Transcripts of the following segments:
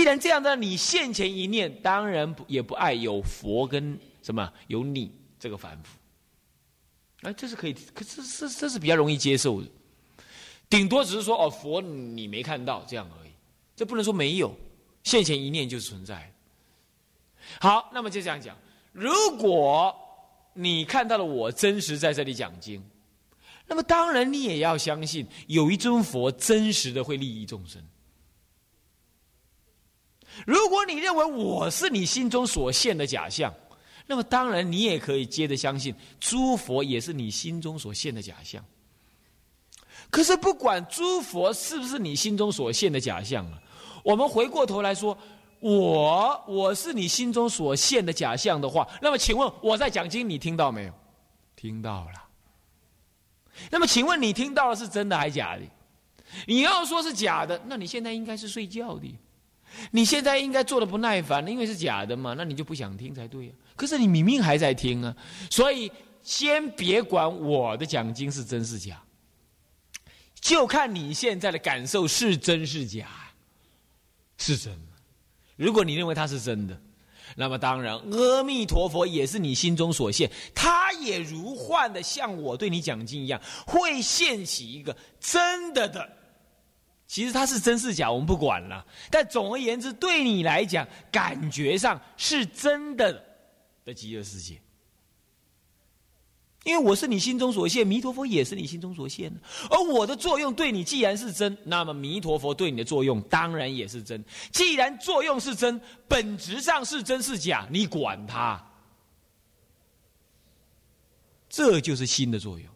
然这样的，你现前一念，当然也不爱有佛跟什么有你这个凡夫。这是可以，可是这是比较容易接受的。顶多只是说佛你没看到这样而已，这不能说没有，现前一念就是存在。好，那么就这样讲，如果你看到了我真实在这里讲经，那么当然你也要相信有一尊佛真实的会利益众生。如果你认为我是你心中所现的假象，那么当然你也可以接着相信诸佛也是你心中所现的假象。可是不管诸佛是不是你心中所现的假象啊，我们回过头来说，我是你心中所现的假象的话，那么请问我在讲经你听到没有？听到了。那么请问你听到的是真的还是假的？你要说是假的，那你现在应该是睡觉的，你现在应该做的不耐烦，因为是假的嘛，那你就不想听才对啊。可是你明明还在听啊，所以先别管我的讲经是真是假，就看你现在的感受是真是假。是真的，如果你认为它是真的，那么当然阿弥陀佛也是你心中所现，他也如幻的像我对你讲经一样，会现起一个真的。其实它是真是假我们不管了，但总而言之对你来讲感觉上是真的极乐世界。因为我是你心中所现，弥陀佛也是你心中所现，而我的作用对你既然是真，那么弥陀佛对你的作用当然也是真。既然作用是真，本质上是真是假，你管它，这就是心的作用。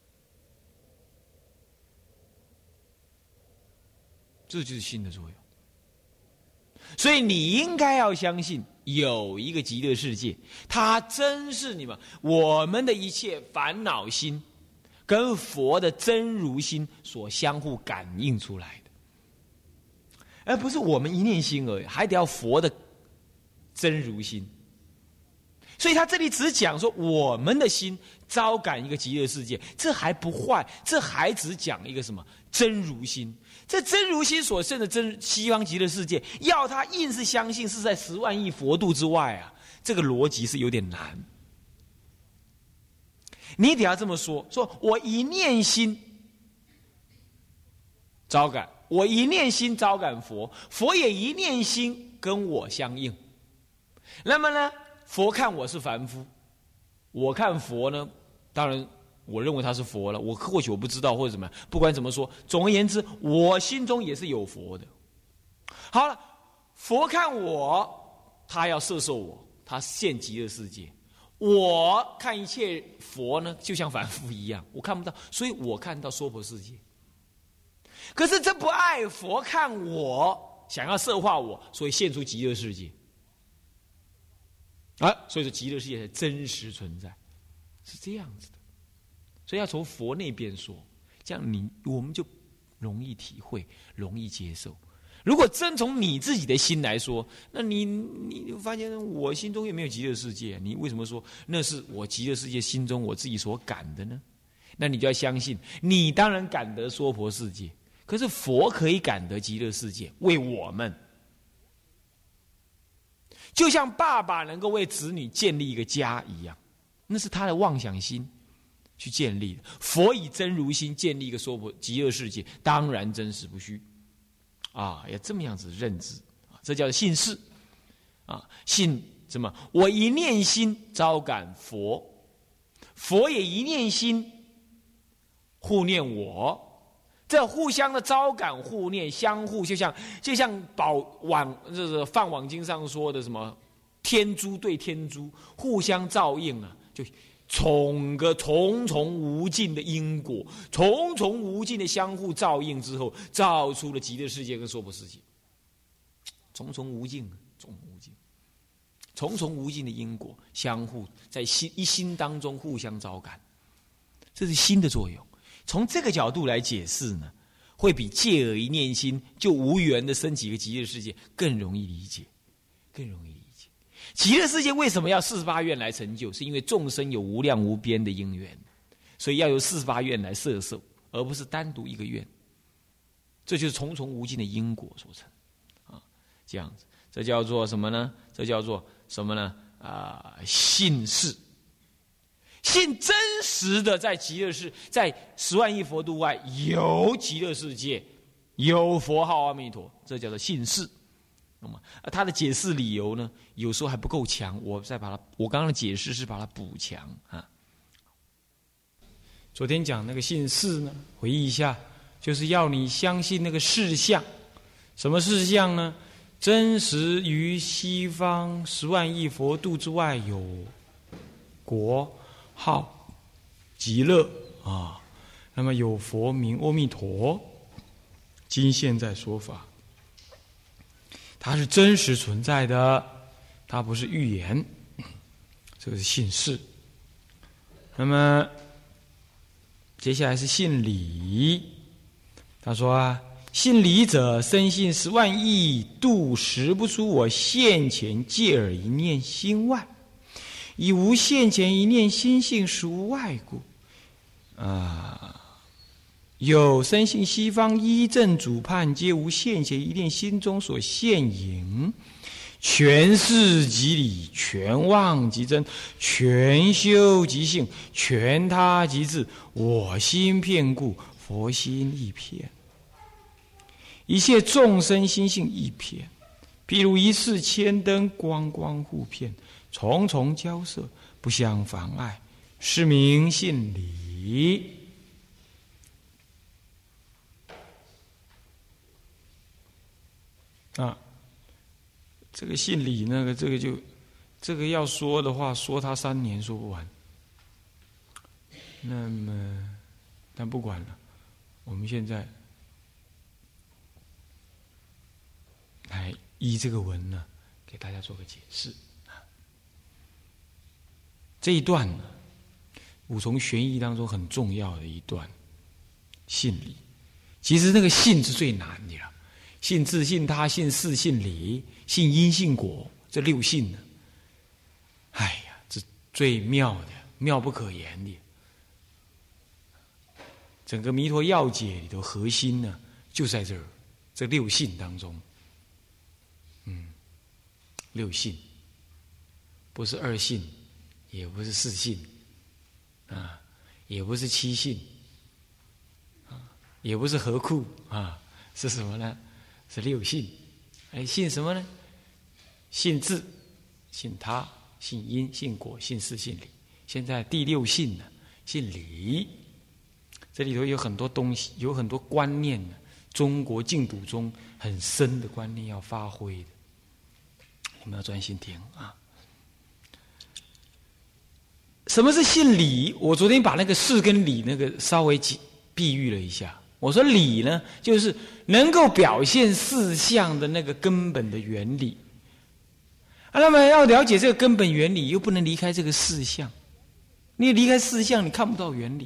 这就是心的作用。所以你应该要相信有一个极乐世界，它真是我们的一切烦恼心跟佛的真如心所相互感应出来的，而不是我们一念心而已，还得要佛的真如心。所以他这里只讲说我们的心招感一个极乐世界，这还不坏，这还只讲一个什么真如心。这真如心所生的西方极乐世界，要他硬是相信是在10万亿佛度之外啊，这个逻辑是有点难。你得要这么说我一念心招感，我一念心招感佛，佛也一念心跟我相应。那么呢，佛看我是凡夫，我看佛呢，当然我认为他是佛了，或许我不知道或者怎么样，不管怎么说，总而言之我心中也是有佛的。好了，佛看我，他要摄受我，他现极乐世界。我看一切佛呢，就像凡夫一样，我看不到，所以我看到娑婆世界。可是这不爱佛看我，想要摄化我，所以现出极乐世界。所以说极乐世界才真实存在，是这样子的。所以要从佛那边说，这样我们就容易体会，容易接受。如果真从你自己的心来说，那你发现我心中也没有极乐世界，你为什么说那是我极乐世界心中我自己所感的呢？那你就要相信，你当然感得娑婆世界，可是佛可以感得极乐世界，为我们。就像爸爸能够为子女建立一个家一样，那是他的妄想心去建立的。佛以真如心建立一个娑婆极乐世界，当然真实不虚要这么样子认知这叫信事信什么？我一念心招感佛，佛也一念心护念我，这互相的招感互念，相互就像梵网经上说的什么天珠对天珠互相照应就重重无尽的因果，重重无尽的相互照应之后，造出了极乐世界跟娑婆世界。重重无尽的因果相互在一心当中互相招感，这是心的作用。从这个角度来解释呢，会比借耳一念心就无缘的升起一个极乐世界更容易理解。极乐世界为什么要48愿来成就？是因为众生有无量无边的因缘，所以要由48愿来摄受，而不是单独一个愿。这就是重重无尽的因果所成这样子，这叫做什么呢？这叫做什么呢？信事，信真实的在极乐世，在10万亿佛度外有极乐世界，有佛号阿弥陀，这叫做信事。那么，他的解释理由呢，有时候还不够强，我刚刚的解释是把它补强啊。昨天讲那个信事呢，回忆一下，就是要你相信那个事项。什么事项呢？真实于西方10万亿佛度之外有国号极乐啊，那么有佛名阿弥陀，今现在说法，它是真实存在的，它不是预言，这个是信事。那么接下来是信理，他说啊，信理者，深信10万亿度识不出我现前借耳一念心外，以无现前一念心性实无外故。有深信西方一正主判，皆无现前一念心中所现影，全是即理，全妄即真，全修即性，全他即智，我心遍故，佛心亦遍。一切众生心性亦遍，譬如一世千灯，光光互遍，重重交涉，不相妨碍，是名信理。这个信理那个这个要说的话，说他3年说不完。那么，但不管了，我们现在来依这个文呢，给大家做个解释。这一段呢，五重玄义当中很重要的一段信理。其实那个信是最难的了，信自、信他、信事、信理、信因、信果，这6信呢，哎呀，这最妙的，妙不可言的。整个弥陀要解里头核心呢，就在这儿，这6信当中。6信，不是2信，也不是4信，也不是7信，也不是合库是什么呢？是6信。信什么呢？信自、信他、信因、信果、信事、信理。现在第6信呢，信理。这里头有很多东西，有很多观念呢，中国净土中很深的观念要发挥的。你们要专心听啊！什么是信理？我昨天把那个事跟理那个稍微比喻了一下。我说理呢，就是能够表现事项的那个根本的原理。那么要了解这个根本原理，又不能离开这个事项。你离开事项，你看不到原理。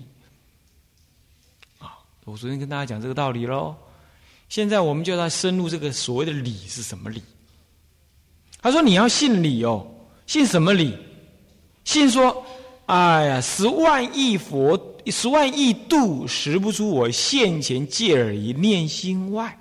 我昨天跟大家讲这个道理咯。现在我们就要深入这个所谓的理是什么理。他说你要信理哦，信什么理？信说，哎呀，10万亿度识不出我现前借耳一念心外。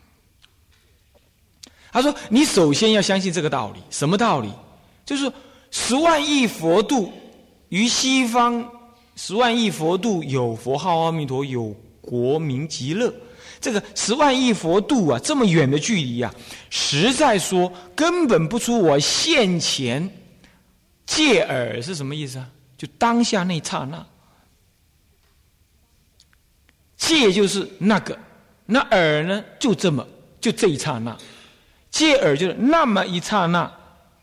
他说你首先要相信这个道理。什么道理？就是10万亿佛度于西方10万亿佛度有佛号阿弥陀，有国名极乐。这个10万亿佛度这么远的距离实在说根本不出我现前借耳是什么意思啊？就当下那刹那。借就是那个，那耳呢就这一刹那。借耳就是那么一刹那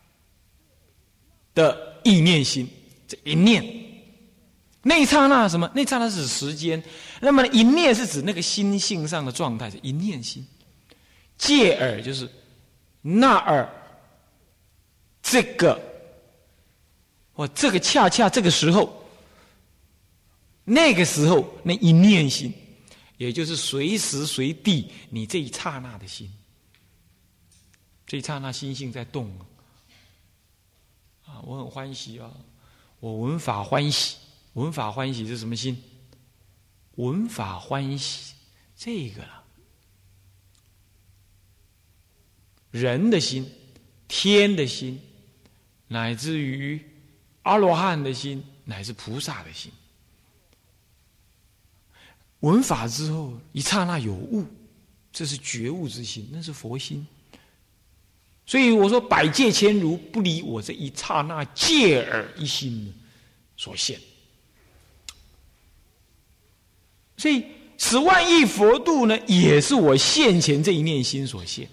的意念心，这一念。那一刹那什么？那一刹那是指时间，那么一念是指那个心性上的状态，是一念心。借耳就是那耳，这个，这个恰恰这个时候，那个时候那一念心，也就是随时随地你这一刹那的心，这一刹那心性在动我很欢喜我闻法欢喜。闻法欢喜是什么心？闻法欢喜，这个了。 人的心、天的心，乃至于阿罗汉的心，乃至菩萨的心。闻法之后，一刹那有悟，这是觉悟之心，那是佛心。所以我说，百界千如不离我这一刹那戒耳一心所现。所以10万亿佛度呢，也是我现前这一念心所现。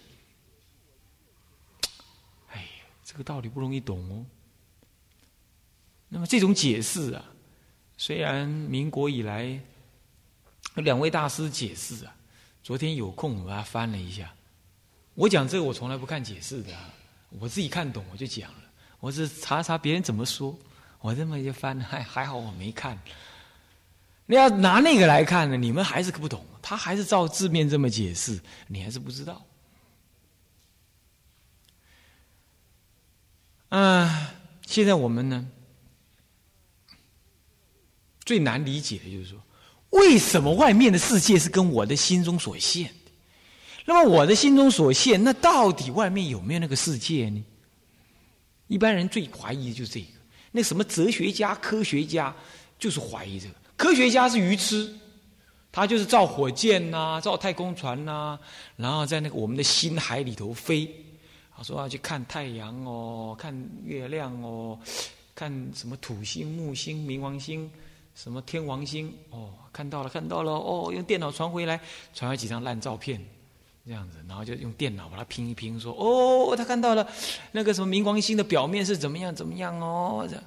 哎呀，这个道理不容易懂哦。那么这种解释啊，虽然民国以来有2位大师解释啊，昨天有空我把它翻了一下。我讲这个我从来不看解释的啊，我自己看懂我就讲了。我只查查别人怎么说，我这么一翻，还好我没看。你要拿那个来看呢，你们还是不懂，他还是照字面这么解释，你还是不知道。现在我们呢，最难理解的就是说，为什么外面的世界是跟我的心中所现的？那么我的心中所现，那到底外面有没有那个世界呢？一般人最怀疑的就是这个。那什么哲学家、科学家就是怀疑这个。科学家是愚痴，他就是造火箭呐、造太空船呐、然后在那个我们的星海里头飞。他说要去看太阳哦，看月亮哦，看什么土星、木星、冥王星，什么天王星哦，看到了哦，用电脑传回来几张烂照片，这样子，然后就用电脑把它拼一拼，说哦，他看到了那个什么冥王星的表面是怎么样哦，这。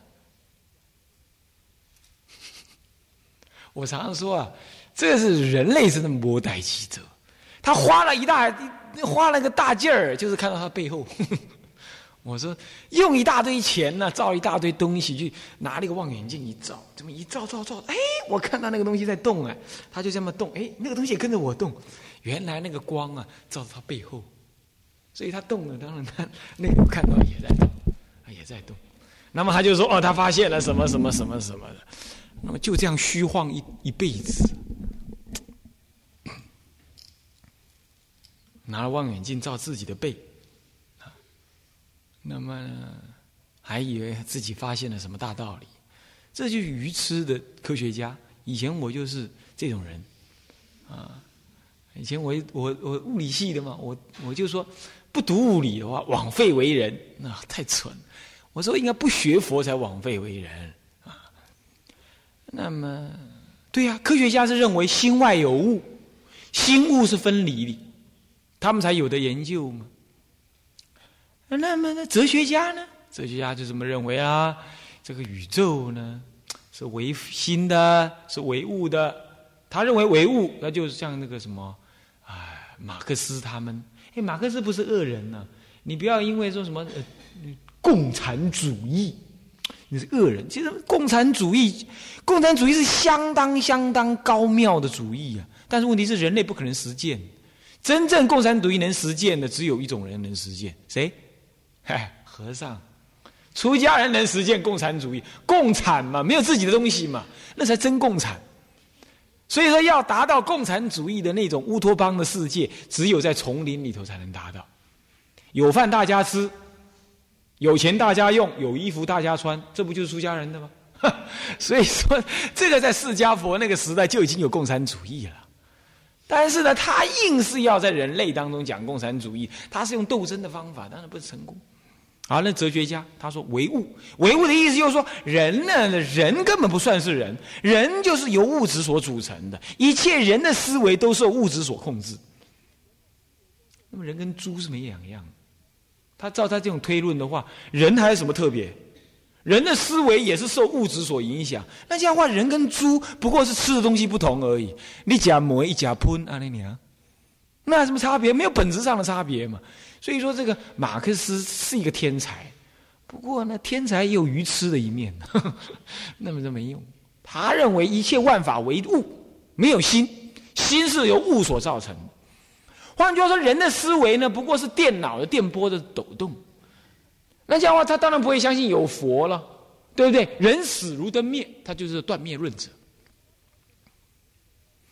我常常说啊，这是人类是那么波代记者，他花了个大劲儿，就是看到他背后。我说用一大堆钱呢、造一大堆东西，去拿了一个望远镜一照，这么一照，哎，我看到那个东西在动啊，他就这么动，哎，那个东西也跟着我动，原来那个光啊照着他背后，所以他动了，当然他那个看到也在动，那么他就说哦，他发现了什么的。那么就这样虚晃一辈子，拿了望远镜照自己的背，那么还以为自己发现了什么大道理，这就是愚痴的科学家。以前我就是这种人啊，以前我物理系的嘛，我就说不读物理的话枉费为人，那太蠢。我说应该不学佛才枉费为人。那么，对呀、科学家是认为心外有物，心物是分离的，他们才有的研究嘛。那么哲学家呢？哲学家就这么认为啊，这个宇宙呢是唯心的，是唯物的。他认为唯物，那就像那个什么，马克思他们。马克思不是恶人呢、你不要因为说什么共产主义。你是恶人，其实共产主义是相当高妙的主义啊，但是问题是人类不可能实践。真正共产主义能实践的只有一种人能实践，谁？和尚、出家人能实践共产主义。共产嘛，没有自己的东西嘛，那才真共产。所以说，要达到共产主义的那种乌托邦的世界，只有在丛林里头才能达到。有饭大家吃。有钱大家用，有衣服大家穿，这不就是出家人的吗？所以说，这个在释迦佛那个时代就已经有共产主义了。但是呢，他硬是要在人类当中讲共产主义，他是用斗争的方法，当然不是成功。好，那哲学家他说唯物，唯物的意思就是说，人呢，人根本不算是人，人就是由物质所组成的，一切人的思维都受物质所控制。那么人跟猪是没两样。他照他这种推论的话，人还有什么特别？人的思维也是受物质所影响。那这样的话，人跟猪不过是吃的东西不同而已。你假馍一假喷啊，那有什么差别？没有本质上的差别嘛。所以说，这个马克思是一个天才，不过呢，天才也有愚痴的一面，那么这没用。他认为一切万法为物，没有心，心是由物所造成的。换句话说，人的思维呢，不过是电脑的电波的抖动。那这样的话，他当然不会相信有佛了，对不对？人死如灯灭，他就是断灭论者。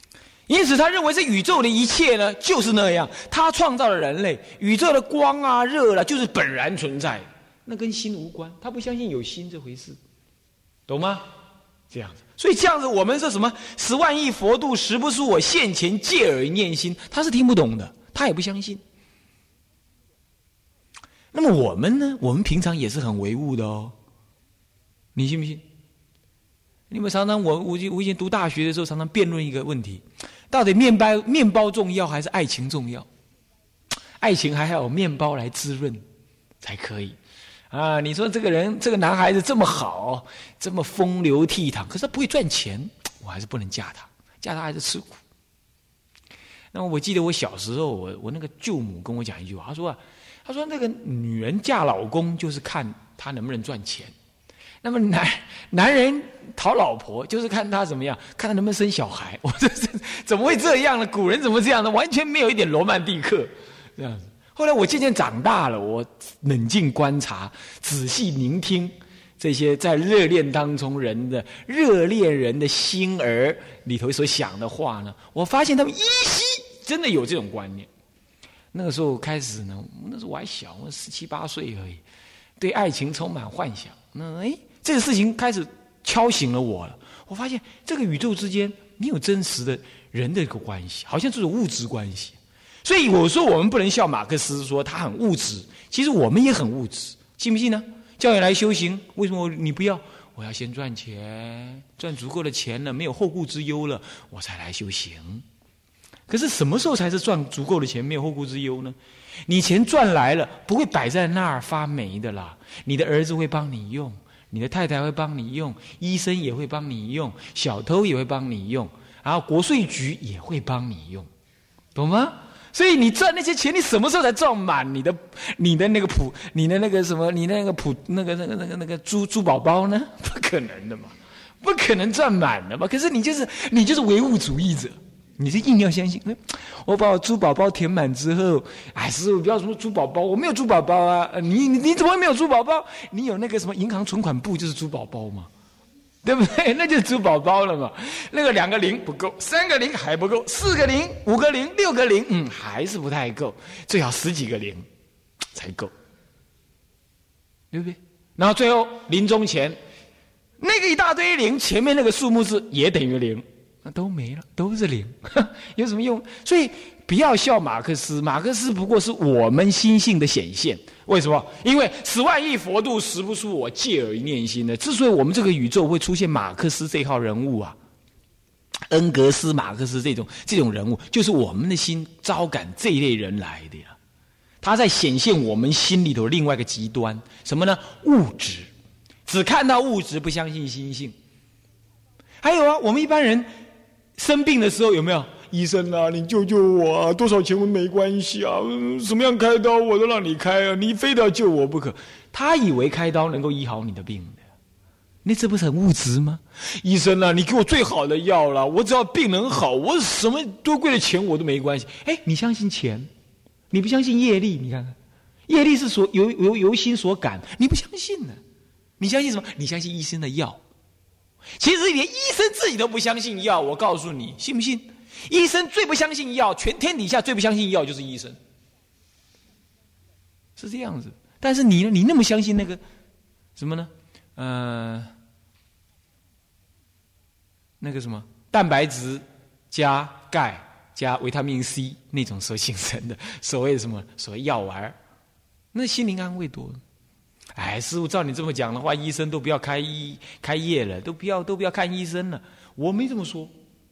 因此他认为这宇宙的一切呢就是那样，他创造了人类，宇宙的光啊热啊就是本然存在，那跟心无关，他不相信有心这回事，懂吗？这样子，所以这样子我们说什么10万亿佛度实不输我现前借耳念心，他是听不懂的，他也不相信。那么我们呢？我们平常也是很唯物的哦，你信不信？你们常常我以前读大学的时候，常常辩论一个问题：到底面包重要还是爱情重要？爱情还要有面包来滋润才可以啊！你说这个人，这个男孩子这么好，这么风流倜傥，可是他不会赚钱，我还是不能嫁他，嫁他还是吃苦。那么我记得我小时候，我那个舅母跟我讲一句话，他说那个女人嫁老公就是看他能不能赚钱，那么男人讨老婆就是看他怎么样，看他能不能生小孩。我这怎么会这样呢？古人怎么这样呢？完全没有一点罗曼蒂克这样子。后来我渐渐长大了，我冷静观察，仔细聆听这些在热恋当中热恋人的心儿里头所想的话呢，我发现他们依稀真的有这种观念。那个时候开始呢，那时候我还小，我17、18岁而已，对爱情充满幻想。那这个事情开始敲醒了我了。我发现这个宇宙之间没有真实的人的一个关系，好像这种物质关系。所以我说我们不能笑马克思说他很物质，其实我们也很物质，信不信呢？叫你来修行，为什么你不要？我要先赚钱，赚足够的钱了，没有后顾之忧了，我才来修行。可是什么时候才是赚足够的钱，没有后顾之忧呢？你钱赚来了，不会摆在那儿发霉的啦。你的儿子会帮你用，你的太太会帮你用，医生也会帮你用，小偷也会帮你用，然后国税局也会帮你用，懂吗？所以你赚那些钱，你什么时候才赚满你的那个你的那个什么，你那个珠宝包呢？不可能的嘛，不可能赚满的嘛。可是你就是唯物主义者。你是硬要相信，我把我珠宝包填满之后，师父不要什么珠宝包，我没有珠宝包啊！你怎么会没有珠宝包？你有那个什么银行存款簿就是珠宝包嘛，对不对？那就是珠宝包了嘛。那个2个0不够，3个0还不够，4个0、5个0、6个0，还是不太够，最好10几个0才够，对不对？然后最后临终前，那个一大堆0，前面那个数目字也等于0。那都没了，都是0，有什么用？所以不要笑马克思，马克思不过是我们心性的显现。为什么？因为10万亿佛度实不输我借耳念心的。之所以我们这个宇宙会出现马克思这号人物啊，恩格斯、马克思这种人物，就是我们的心招感这一类人来的呀。他在显现我们心里头另外一个极端，什么呢？物质，只看到物质，不相信心性。还有啊，我们一般人生病的时候有没有？医生啊，你救救我啊！多少钱我没关系啊，什么样开刀我都让你开啊，你非得要救我不可。他以为开刀能够医好你的病的，那这不是很物质吗？医生啊，你给我最好的药了，我只要病能好，我什么多贵的钱我都没关系。你相信钱，你不相信业力？你看看，业力是由心所感，你不相信呢？你相信什么？你相信医生的药。其实连医生自己都不相信药，我告诉你，信不信？医生最不相信药，全天底下最不相信药就是医生，是这样子。但是你呢？你那么相信那个什么呢？那个什么蛋白质加钙加维他命 C 那种所形成的所谓的什么所谓药丸，那心灵安慰多了。师父照你这么讲的话，医生都不要开业了，都不要看医生了。我没这么说。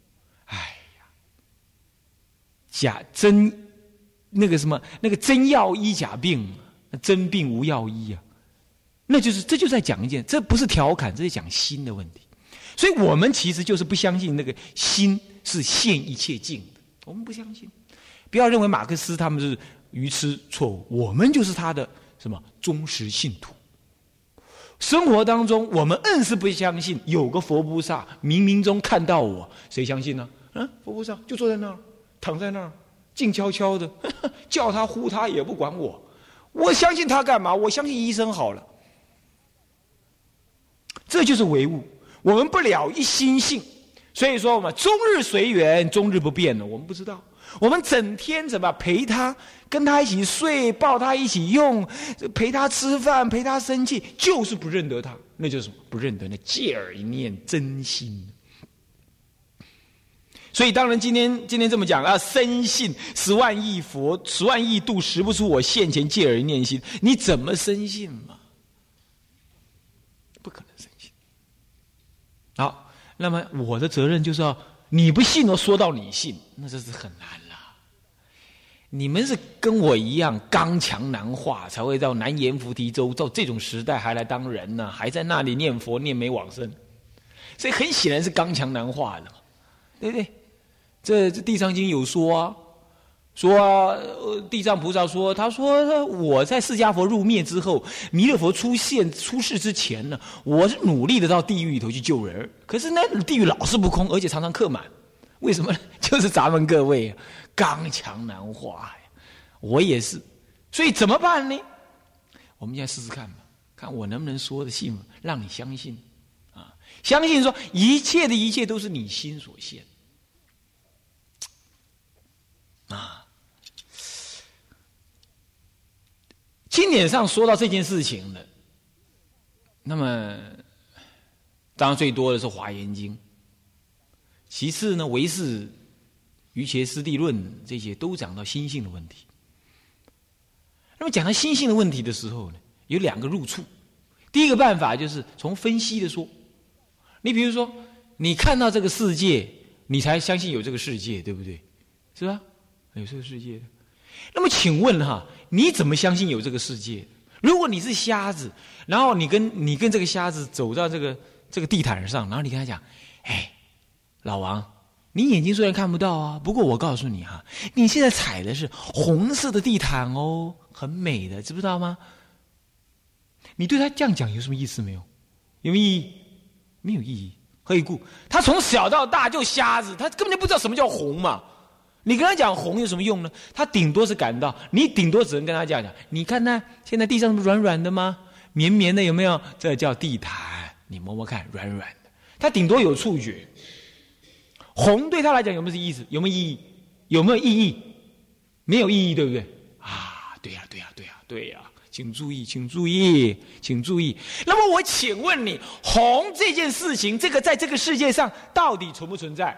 那个真药医假病，真病无药医啊。这就在讲一件，这不是调侃，这是讲心的问题。所以我们其实就是不相信那个心是现一切境的，我们不相信。不要认为马克思他们是愚痴错误，我们就是他的什么忠实信徒。生活当中我们硬是不相信有个佛菩萨冥冥中看到我，谁相信呢？佛菩萨就坐在那儿，躺在那儿，静悄悄的，叫他呼他也不管我，我相信他干嘛？我相信医生好了。这就是唯物。我们不了一心性， 所以说我们终日随缘，终日不变了。我们不知道，我们整天怎么陪他，跟他一起睡，抱他一起用，陪他吃饭，陪他生气，就是不认得他。那就是什么？不认得那戒耳一念真心。所以当然今天这么讲啊，深信10万亿佛，10万亿度识不出我现前戒耳一念心，你怎么深信嘛？不可能深信。好，那么我的责任就是要你不信我说到你信，那这是很难啦。你们是跟我一样刚强难化，才会到南阎浮提州，到这种时代还来当人呢，还在那里念佛念没往生，所以很显然是刚强难化的嘛，对不对？这地藏经有说啊，地藏菩萨说，他说我在释迦佛入灭之后，弥勒佛出世之前呢，我是努力的到地狱里头去救人，可是那地狱老是不空，而且常常客满，为什么呢？就是咱们各位啊，刚强难化呀，我也是，所以怎么办呢？我们现在试试看吧，看我能不能说得信，让你相信啊，相信说一切的一切都是你心所现。啊，经典上说到这件事情的，那么当然最多的是《华严经》，其次呢，唯识、瑜伽师地论这些都讲到心性的问题。那么讲到心性的问题的时候呢，有2个入处。第一个办法就是从分析的说，你比如说，你看到这个世界，你才相信有这个世界，对不对？是吧？有这个世界的，那么请问哈，你怎么相信有这个世界？如果你是瞎子，然后你跟这个瞎子走到这个地毯上，然后你跟他讲，哎，老王，你眼睛虽然看不到啊，不过我告诉你哈，你现在踩的是红色的地毯哦，很美的，知不知道吗？你对他这样讲有什么意思没有？有没有意义？没有意义。何以故？他从小到大就瞎子，他根本就不知道什么叫红嘛。你跟他讲红有什么用呢？他顶多是感到，你顶多只能跟他讲，你看那现在地上软软的吗？绵绵的有没有？这叫地毯，你摸摸看，软软的。他顶多有触觉。红对他来讲有没有意思？有没有意义？有没有意义？没有意义，对不对？啊，对呀，请注意。那么我请问你，红这件事情，这个在这个世界上到底存不存在？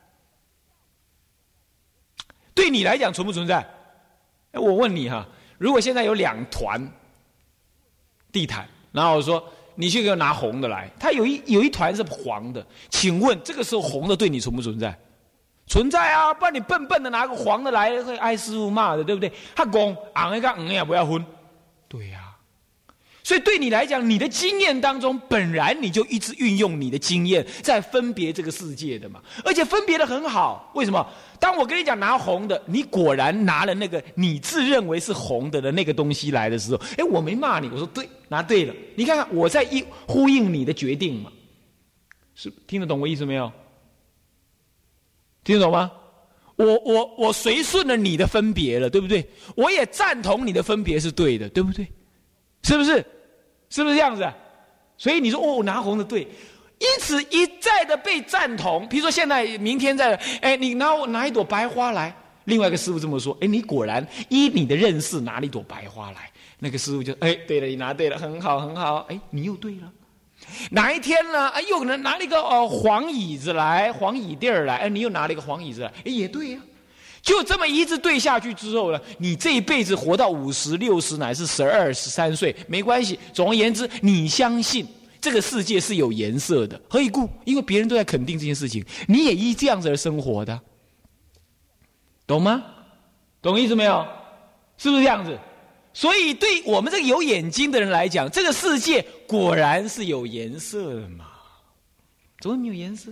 对你来讲存不存在？我问你哈，如果现在有2团地毯，然后我说你去给我拿红的来，它有一团是黄的，请问这个时候红的对你存不存在？存在啊，不然你笨笨的拿个黄的来会挨师傅骂的，对不对？他讲红的跟黄的也不要分，对呀。所以对你来讲，你的经验当中，本来你就一直运用你的经验在分别这个世界的嘛，而且分别的很好。为什么？当我跟你讲拿红的，你果然拿了那个你自认为是红的那个东西来的时候，我没骂你，我说对，拿对了。你看看我在呼应你的决定嘛，是听得懂我意思没有？听得懂吗？我随顺了你的分别了，对不对？我也赞同你的分别是对的，对不对？是不是？是不是这样子？所以你说我拿红的对，因此一再的被赞同。比如说现在明天再你拿一朵白花来，另外一个师父这么说，你果然依你的认识拿了一朵白花来，那个师父就对了，你拿对了，很好，你又对了。哪一天呢？又可能拿了一个黄椅子来，黄椅垫来，你又拿了一个黄椅子来，也对呀。就这么一直对下去之后呢，你这一辈子活到50、60乃至12、13岁没关系。总而言之，你相信这个世界是有颜色的，何以故？因为别人都在肯定这件事情，你也依这样子而生活的，懂吗？懂意思没有？是不是这样子？所以对我们这个有眼睛的人来讲，这个世界果然是有颜色的嘛？怎么没有颜色？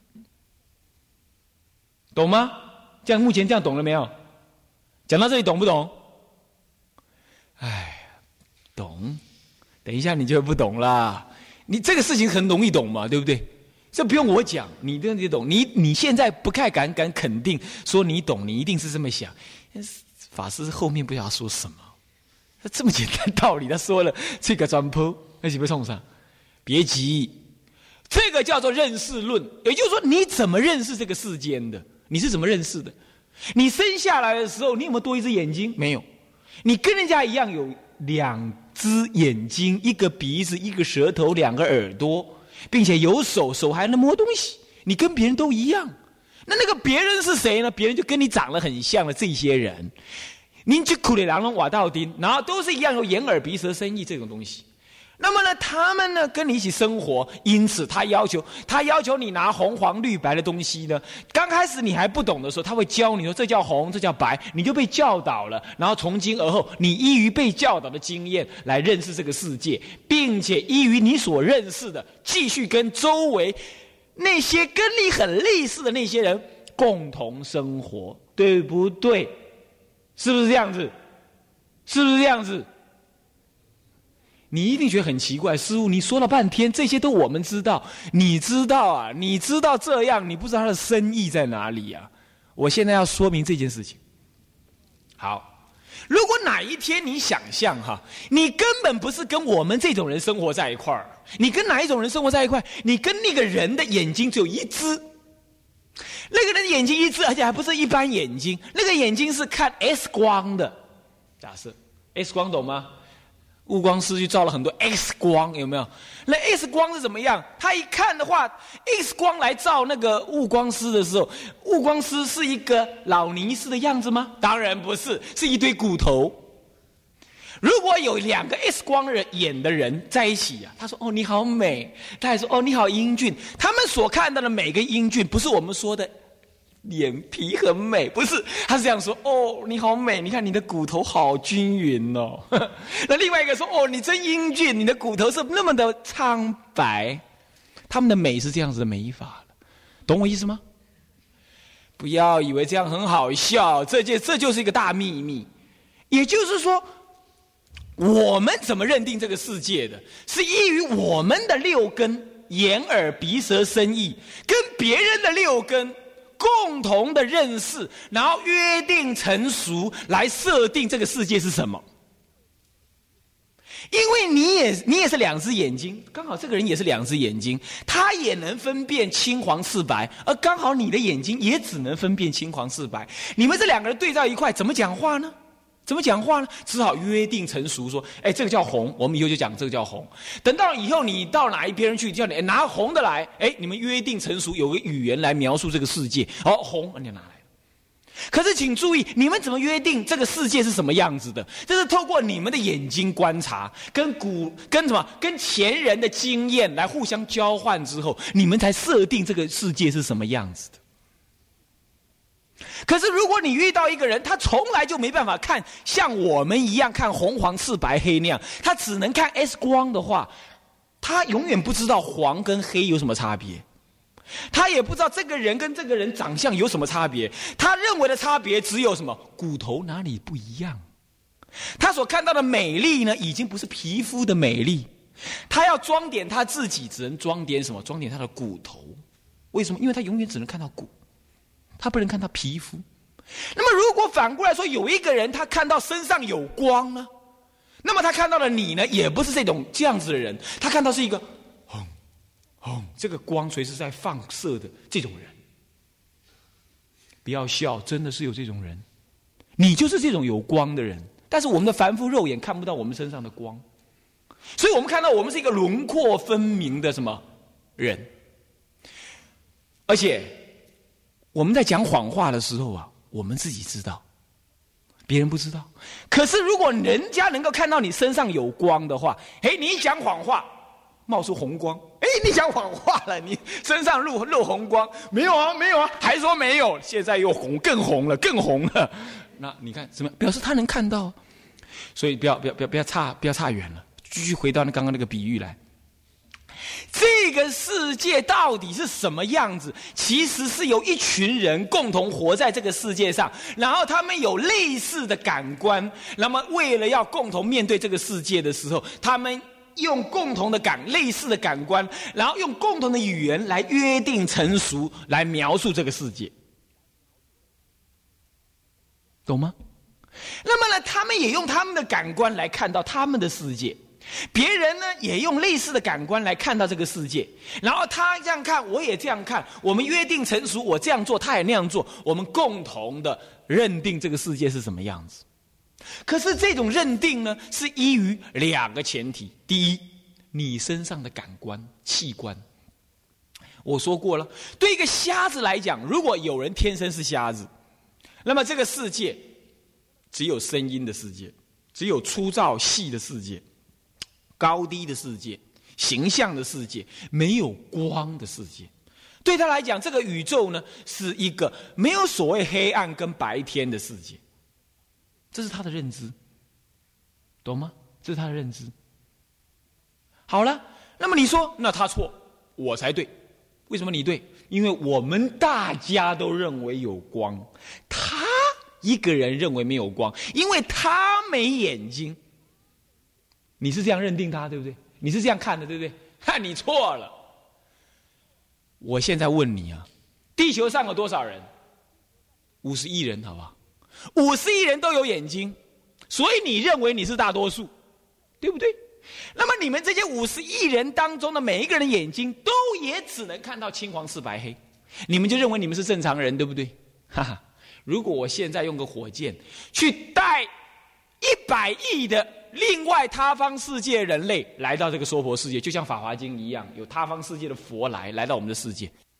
懂吗？这样目前这样懂了没有？讲到这里懂不懂？懂。等一下你就不懂啦。你这个事情很容易懂嘛，对不对？这不用我讲，你都懂。你现在不太敢肯定说你懂，你一定是这么想。法师后面不知道说什么，这么简单道理他说了，这个专坡那是不是冲上？别急， 这个叫做认识论，也就是说，你怎么认识这个世间的？你是怎么认识的？你生下来的时候，你有没有多一只眼睛？没有。你跟人家一样有2只眼睛，一个鼻子，一个舌头，2个耳朵，并且有手，手还能摸东西。你跟别人都一样。那个别人是谁呢？别人就跟你长得很像的这些人。您去苦里狼龙瓦道丁，然后都是一样有眼耳鼻舌身意这种东西。那么呢，他们呢跟你一起生活，因此他要求你拿红黄绿白的东西呢。刚开始你还不懂的时候，他会教你说这叫红，这叫白，你就被教导了。然后从今而后，你依于被教导的经验来认识这个世界，并且依于你所认识的，继续跟周围那些跟你很类似的那些人共同生活，对不对？是不是这样子？是不是这样子？你一定觉得很奇怪，师父，你说了半天，这些都我们知道，你知道啊？你知道这样，你不知道它的深意在哪里啊？我现在要说明这件事情。好，如果哪一天你想象哈，你根本不是跟我们这种人生活在一块儿，你跟哪一种人生活在一块？你跟那个人的眼睛只有一只，那个人的眼睛一只，而且还不是一般眼睛，那个眼睛是看 X 光的。假设 X 光懂吗？悟光师去照了很多 X 光，有没有？那 X 光是怎么样？他一看的话 ，X 光来照那个悟光师的时候，悟光师是一个老尼斯的样子吗？当然不是，是一堆骨头。如果有2个 X 光眼的人在一起啊，他说：“哦，你好美。”他还说：“哦，你好英俊。”他们所看到的每个英俊，不是我们说的脸皮很美，不是，他是这样说：“哦，你好美，你看你的骨头好均匀哦。”那另外一个说：“哦，你真英俊，你的骨头是那么的苍白。”他们的美是这样子的美法，懂我意思吗？不要以为这样很好笑，这就是一个大秘密。也就是说，我们怎么认定这个世界的，是依于我们的6根眼耳鼻舌身意，跟别人的6根共同的认识，然后约定成熟来设定这个世界是什么。因为你也是2只眼睛，刚好这个人也是2只眼睛，他也能分辨青黄赤白，而刚好你的眼睛也只能分辨青黄赤白。你们这2个人对照一块，怎么讲话呢？怎么讲话呢？只好约定成熟，说：“哎，这个叫红，我们以后就讲这个叫红。等到以后你到哪一边去，叫你拿红的来，哎，你们约定成熟，有个语言来描述这个世界。哦，红，你拿来。可是请注意，你们怎么约定这个世界是什么样子的？这是透过你们的眼睛观察，跟前人的经验来互相交换之后，你们才设定这个世界是什么样子的。可是如果你遇到一个人，他从来就没办法看像我们一样看红黄赤白黑那样，他只能看 X 光的话，他永远不知道黄跟黑有什么差别，他也不知道这个人跟这个人长相有什么差别，他认为的差别只有什么骨头哪里不一样。他所看到的美丽呢，已经不是皮肤的美丽，他要装点他自己，只能装点什么？装点他的骨头。为什么？因为他永远只能看到骨，他不能看到皮肤。那么如果反过来说，有一个人他看到身上有光呢，那么他看到的你呢，也不是这样子的人，他看到是一个这个光随时在放射的这种人。不要笑，真的是有这种人，你就是这种有光的人，但是我们的凡夫肉眼看不到我们身上的光，所以我们看到我们是一个轮廓分明的什么人。而且我们在讲谎话的时候啊，我们自己知道，别人不知道。可是如果人家能够看到你身上有光的话，你一讲谎话冒出红光，你讲谎话了，你身上露红光，没有啊，还说没有，现在又红，更红了。那你看怎么表示他能看到？所以不要差远了，继续回到刚刚那个比喻来。这个世界到底是什么样子？其实是由一群人共同活在这个世界上，然后他们有类似的感官，那么为了要共同面对这个世界的时候，他们用共同的类似的感官，然后用共同的语言来约定成熟，来描述这个世界，懂吗？那么呢，他们也用他们的感官来看到他们的世界。 别人呢也用类似的感官来看到这个世界，然后他这样看，我也这样看，我们约定成熟，我这样做，他也那样做，我们共同的认定这个世界是什么样子。可是这种认定呢，是依于两个前提：第一，你身上的感官器官。我说过了，对一个瞎子来讲，如果有人天生是瞎子，那么这个世界只有声音的世界，只有粗糙细的世界，高低的世界，形象的世界，没有光的世界。对他来讲，这个宇宙呢，是一个没有所谓黑暗跟白天的世界。这是他的认知，懂吗？这是他的认知。好了，那么你说，那他错，我才对。为什么你对？因为我们大家都认为有光，他一个人认为没有光，因为他没眼睛。你是这样认定他，对不对？你是这样看的，对不对？哈，你错了。我现在问你啊，地球上有多少人？50亿人，好不好？50亿人都有眼睛，所以你认为你是大多数，对不对？那么你们这些50亿人当中的每一个人眼睛都也只能看到青黄赤白黑，你们就认为你们是正常人，对不对？哈哈！如果我现在用个火箭去带100亿的另外他方世界人类来到这个娑婆世界，就像《法华经》一样，有他方世界的佛来到我们的世界，